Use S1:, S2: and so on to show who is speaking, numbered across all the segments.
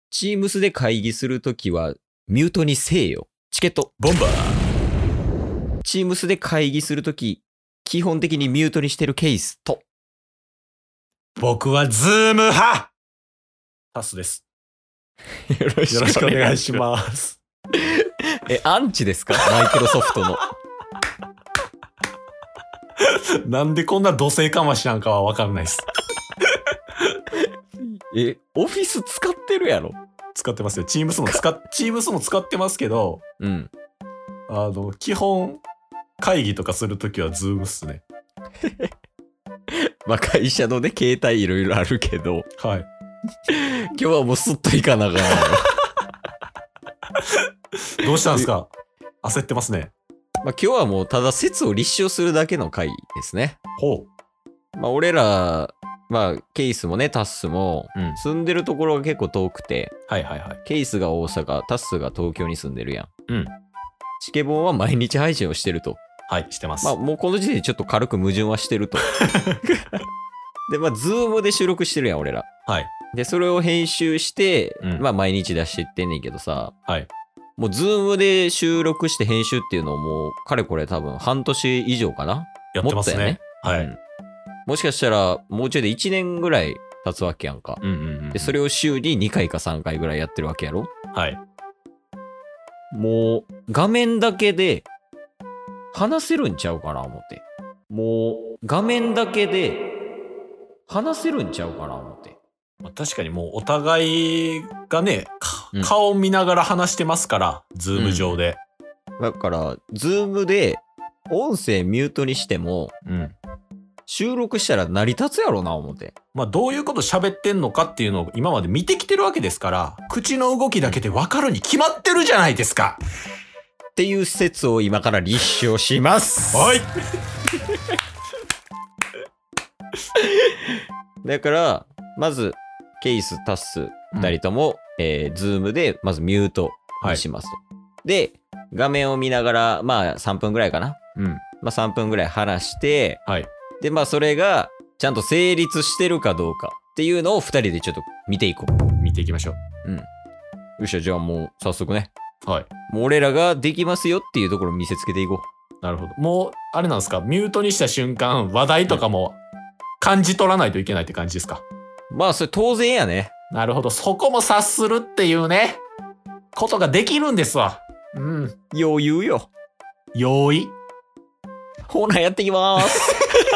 S1: チームスで会議するときはミュートにせえよ。チケット。
S2: ボンバー。
S1: チームスで会議するとき、基本的にミュートにしてるケースと。
S2: 僕はズーム派タスです。
S1: よろ
S2: よろしくお願いします。
S1: アンチですかマイクロソフトの。
S2: なんでこんな土星かましなんかは分かんないです。
S1: オフィス使ってるやろ。
S2: 使ってますよ。チームスも使ってますけど、
S1: うん。
S2: 基本会議とかするときはズームっすね。
S1: まあ会社のね、携帯いろいろあるけど、
S2: はい。
S1: 今日はもうすっといかなあかんやろ。
S2: どうしたんですか？焦ってますね。
S1: まあ今日はもうただ説を立証するだけの回ですね。
S2: ほ
S1: まあ俺ら、まあケイスもね、タッスも、
S2: うん
S1: 住んでるところが結構遠くて、
S2: はいはいはい。
S1: ケイスが大阪、タッスが東京に住んでるやん。
S2: うん。
S1: チケボンは毎日配信をしてると。
S2: はい、してます。
S1: まあもうこの時点でちょっと軽く矛盾はしてると。で、まあズームで収録してるやん、俺ら。
S2: はい。
S1: で、それを編集して、
S2: うん
S1: まあ毎日出してってんねんけどさ、
S2: はい。
S1: もうズームで収録して編集っていうのをもう、かれこれ多分半年以上かな
S2: やってますね。
S1: もっとやね。
S2: はい。
S1: うんもしかしたら、もうちょいで1年ぐらい経つわけやんか。
S2: うんうんうん。
S1: で、それを週に2回か3回ぐらいやってるわけやろ。
S2: はい。
S1: もう、画面だけで話せるんちゃうかな思って。もう、画面だけで話せるんちゃうかな思って。
S2: まあ、確かにもうお互いがね、
S1: うん
S2: 顔見ながら話してますから、ズーム上で。
S1: だから、ズームで音声ミュートにしても、
S2: うん。
S1: 収録したら成り立つやろな思って。
S2: まあどういうこと喋ってんのかっていうのを今まで見てきてるわけですから、口の動きだけで分かるに決まってるじゃないですか。
S1: っていう説を今から立証します。
S2: はい。
S1: だからまずケイスタス2人とも、ズームでまずミュートにしますと、で画面を見ながらまあ3分ぐらいかな、
S2: うん。
S1: まあ3分ぐらい話して、
S2: はい。
S1: でまあそれがちゃんと成立してるかどうかっていうのを2人でちょっと見ていこ
S2: 見ていきましょ
S1: う。よっしゃ、じゃあもう早速ね、
S2: う。はい。
S1: もう俺らができますよっていうところを見せつけていこ
S2: なるほど。もう、あれなんですか、ミュートにした瞬間、話題とかも感じ取らないといけないって感じですか。
S1: う。まあそれ当然やね。
S2: なるほど。そこも察するっていうね、ことができるんですわ。うん。
S1: 余裕よ。
S2: 用意。
S1: ほなやってきまーす。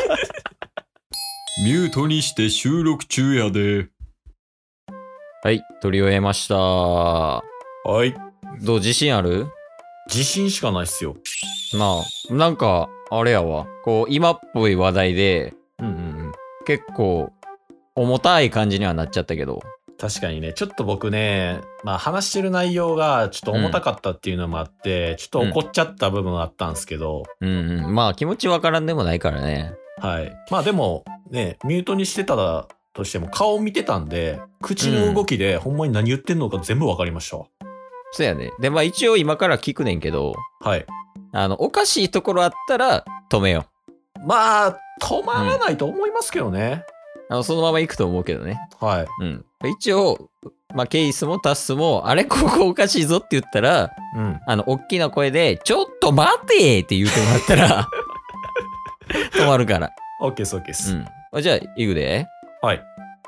S3: ミュートにして収録中やで。
S1: はい、取り終えました。
S2: はい。
S1: どう自信ある？
S2: 自信しかないっすよ。
S1: まあ、なんか、あれやわ。こう、今っぽい話題で、
S2: うんうんうん。
S1: 結構、重たい感じにはなっちゃったけど。
S2: 確かにね、ちょっと僕ね、まあ話してる内容がちょっと重たかったっていうのもあって、ちょっと怒っちゃった部分があったんですけど、
S1: うんうん。まあ、気持ちわからんでもないからね。
S2: はい。まあでも、ね、ミュートにしてたとしても顔見てたんで、口の動きでほんまに何言ってんのか全部わかりましたわ。
S1: そうやね。で、まあ一応今から聞くねんけど、
S2: はい。
S1: おかしいところあったら止めよ
S2: まあ、止まらないと思いますけどね。
S1: う。そのまま行くと思うけどね。
S2: はい。
S1: うん。一応、まあケイスもタスも、あれここおかしいぞって言ったら、
S2: うん。
S1: 大きな声で、ちょっと待てーって言ってもらったら、止まるから。
S2: OK です、OK です。
S1: じゃあ、行くで。
S2: はい。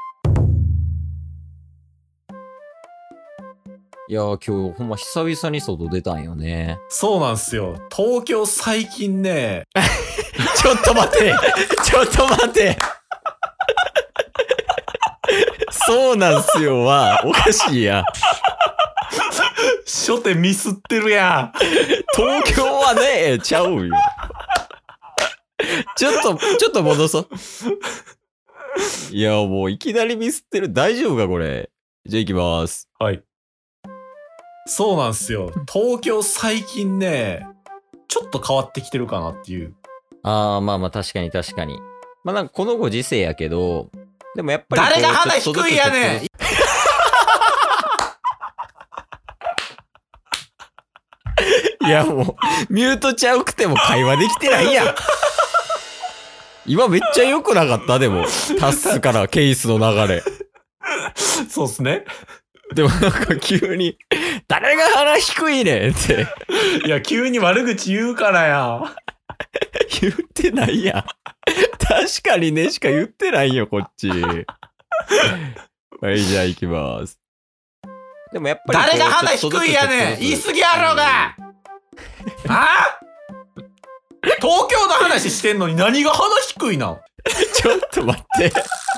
S1: いやー、今日ほんま久々に外出たんよね。
S2: そうなんすよ。東京最近ね、
S1: ちょっと待てちょっと待てそうなんすよは、おかしいやん。
S2: 初手ミスってるやん。
S1: 東京はね、ちゃうよ。ちょっと戻そう。いや、もういきなりミスってる。大丈夫か、これ。じゃあ行きます。
S2: はい。そうなんすよ。東京最近ね、ちょっと変わってきてるかなっていう。
S1: まあまあ、確かに確かに。まあなんかこのご時世やけど、でもやっぱりこう。
S2: 誰が鼻低いやねん
S1: いやもう、ミュートちゃうくても会話できてないやん。今めっちゃ良くなかったでも、タスからケースの流れ。
S2: そうっすね。
S1: でもなんか急に、誰が鼻低いねんって
S2: いや、急に悪口言うからや。
S1: 言ってないやん。確かにねしか言ってないよ、こっち。はい、じゃあ行きます。でもやっぱり
S2: 誰が鼻低いやねん、言い過ぎやろが。あ東京の話してんのに何が鼻低いな。
S1: ちょっと待って。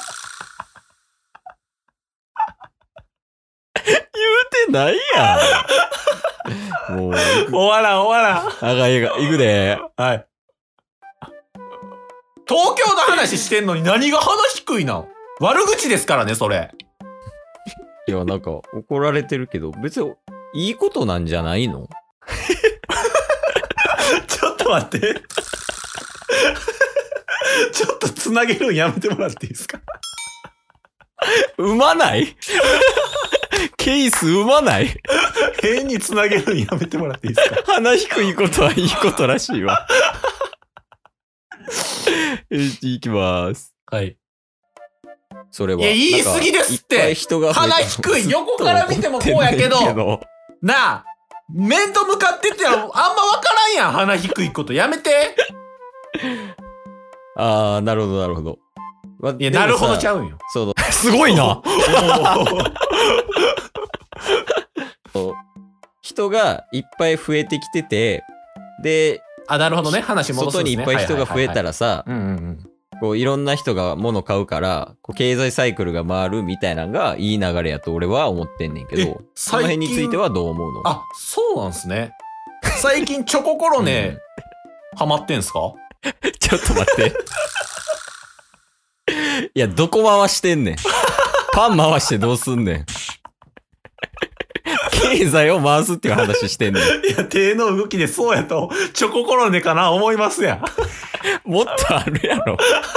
S1: 言うてないやん。もう、
S2: 終わらん。
S1: あがいが、行くで。
S2: はい。東京の話してんのに何が鼻低いな。悪口ですからね、それ。
S1: いや、なんか怒られてるけど、別にいいことなんじゃないの？
S2: ちょっと待って。ちょっとつなげるのやめてもらっていいですか？
S1: 生まないケース生まない
S2: 変につなげるのやめてもらっていいですか？
S1: 鼻低いことはいいことらしいわ。いきます。
S2: はい。
S1: それは。
S2: いや、言い過ぎですって。鼻低い。横から見てもこうやけど。なあ、面と向かってってあんま分からんやん。鼻低いこと。やめて。
S1: あー、なるほど、なるほど。
S2: いや、なるほどちゃうんよ。
S1: そうすごいな人がいっぱい増えてきてて、で、
S2: なるほどね。話戻すんですね。
S1: 外にいっぱい人が増えたらさ、こういろんな人が物買うから、こう経済サイクルが回るみたいなのがいい流れやと俺は思ってんねんけど、その辺についてはどう思うの？
S2: あ、そうなんすね。最近チョココロネ、ハマってんすか？
S1: ちょっと待って。いや、どこ回してんねん。パン回してどうすんねん。経済を回すっていう話してんねん。
S2: いや、手の動きでそうやと、チョココロネかな思いますやん。
S1: もっとあるやろ。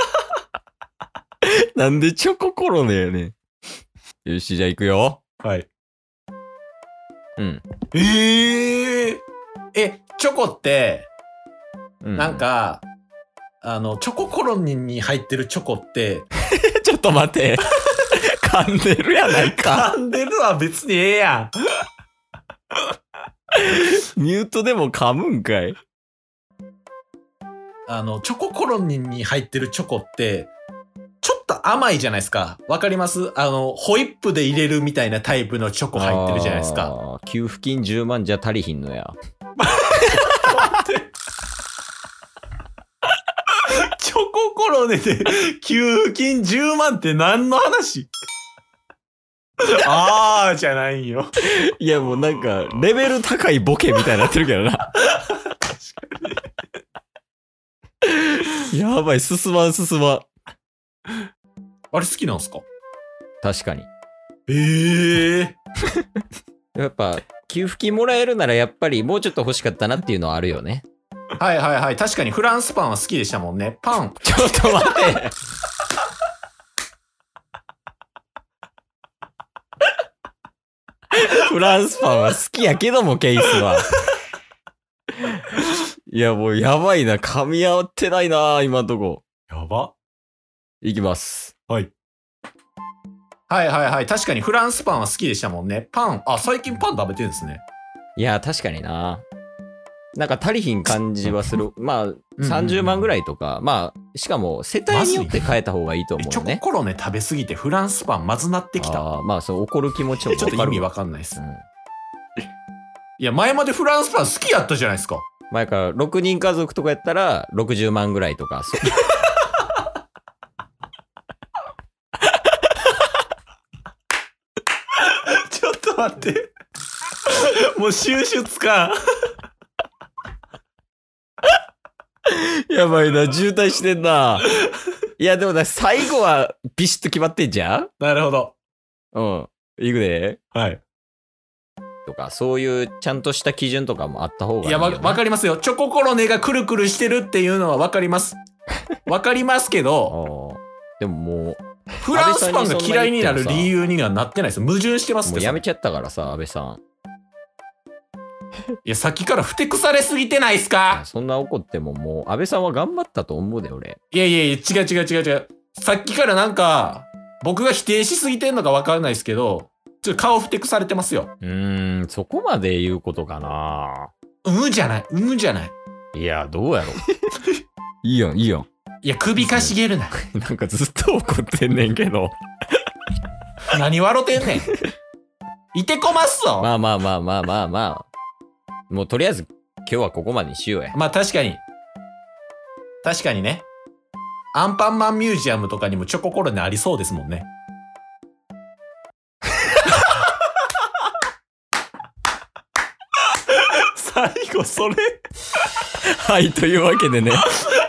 S1: なんでチョココロネやねん。よし、じゃあ行くよ。
S2: はい。
S1: うん。
S2: チョコって、なんか、チョココロネに入ってるチョコって、
S1: ちょっと待って。噛んでるやないか。
S2: 噛んでるは別にええやん。
S1: ミュートでも噛むんかい。
S2: チョココロネに入ってるチョコって、ちょっと甘いじゃないですか。わかります？ホイップで入れるみたいなタイプのチョコ入ってるじゃないですか。
S1: 給付金10万じゃ足りひんのや。
S2: チョココロネで給付金10万って何の話？あーじゃないんよ。
S1: いやもうなんかレベル高いボケみたいになってるけどな。確かに。やばい、進まん。
S2: あれ好きなんすか？
S1: 確かに。やっぱ給付金もらえるならやっぱりもうちょっと欲しかったなっていうのはあるよね。
S2: はい。確かにフランスパンは好きでしたもんね。パン。
S1: ちょっと待って。フランスパンは好きやけども、ケイスは。いや、もうやばいな。噛み合ってないな、今んとこ。
S2: やば。
S1: いきます。
S2: はい。確かにフランスパンは好きでしたもんね。パン。最近パン食べてるんですね。
S1: いや、確かにな。なんか足りひん感じはする。まあ、30万ぐらいとか。まあ、しかも世帯によって変えた方がいいと思うね。
S2: チョココロネ食べすぎてフランスパンまずなってきた。
S1: まあ、そう、怒る気持ちを
S2: ちょっと意味わかんないです。いや、前までフランスパン好きやったじゃないですか。
S1: 前から6人家族とかやったら60万ぐらいとか。
S2: ちょっと待って。もう収集つかん。
S1: やばいな、渋滞してんな。いや、でも最後はビシッと決まってんじゃん？
S2: なるほど。
S1: うん。いくで。
S2: はい。
S1: とか、そういうちゃんとした基準とかもあった方がいいよ、ね。
S2: いや、わかりますよ。チョココロネがくるくるしてるっていうのはわかります。わかりますけど、
S1: でももう、
S2: フランスパンが嫌いになる理由にはなってないです。矛盾してますって。
S1: もうやめちゃったからさ、安倍さん。
S2: いや、さっきからふてくされすぎてないっすか？
S1: そんな怒ってももう、安倍さんは頑張ったと思うで、俺。
S2: いや、違う。さっきからなんか、僕が否定しすぎてんのかわかんないですけど、 ちょっと顔ふてくされてますよ。
S1: そこまで言うことかな。
S2: じゃない。じゃない。
S1: いや、どうやろ。
S3: いいやん、いいやん。
S2: いや、首かしげるな。
S1: なんかずっと怒ってんねんけど。
S2: 何笑てんねん。いてこますぞ。
S1: まあ。もうとりあえず今日はここまでにしようや。
S2: まあ確かに。確かにね。アンパンマンミュージアムとかにもチョココロネありそうですもんね。最後それ。
S1: はい、というわけでね。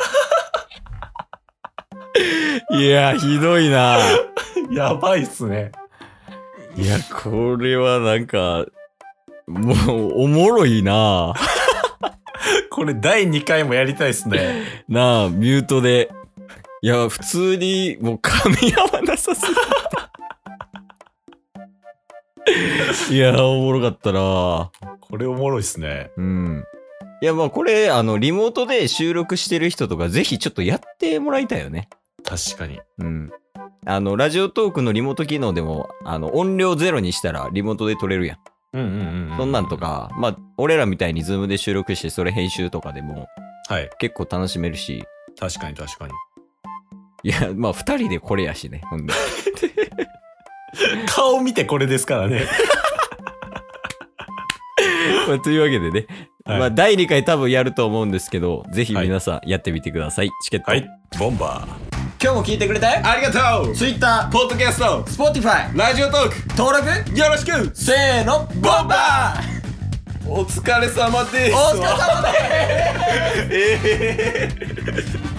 S1: いや、ひどいな。
S2: やばいっすね。
S1: いや、これはなんか、もう、おもろいな。
S2: これ第2回もやりたいっすね。
S1: なあ、ミュートで。いや、普通に、もう噛み合わなさすぎて。いや、おもろかったな。
S2: これおもろいっすね。
S1: いや、まあこれ、リモートで収録してる人とか、ぜひちょっとやってもらいたいよね。
S2: 確かに。
S1: ラジオトークのリモート機能でも、音量ゼロにしたらリモートで撮れるやん。そんなんとか、まあ、俺らみたいにズームで収録して、それ編集とかでも、
S2: はい。
S1: 結構楽しめるし。
S2: 確かに確かに。
S1: いや、まあ、二人でこれやしね。ほんで。
S2: 顔見てこれですからね。
S1: まあというわけでね。
S2: はい、
S1: まあ、第2回多分やると思うんですけど、ぜひ皆さんやってみてください。チケット。
S2: はい。ボンバー。
S1: 今日も聞いてくれて
S2: ありがとう。
S1: Twitter、
S2: ポッドキャスト、
S1: Spotify、
S2: ラジオトーク、
S1: 登録
S2: よろしく。
S1: せーの、
S2: ボンバー。お疲れ様です。
S1: お疲れ様です。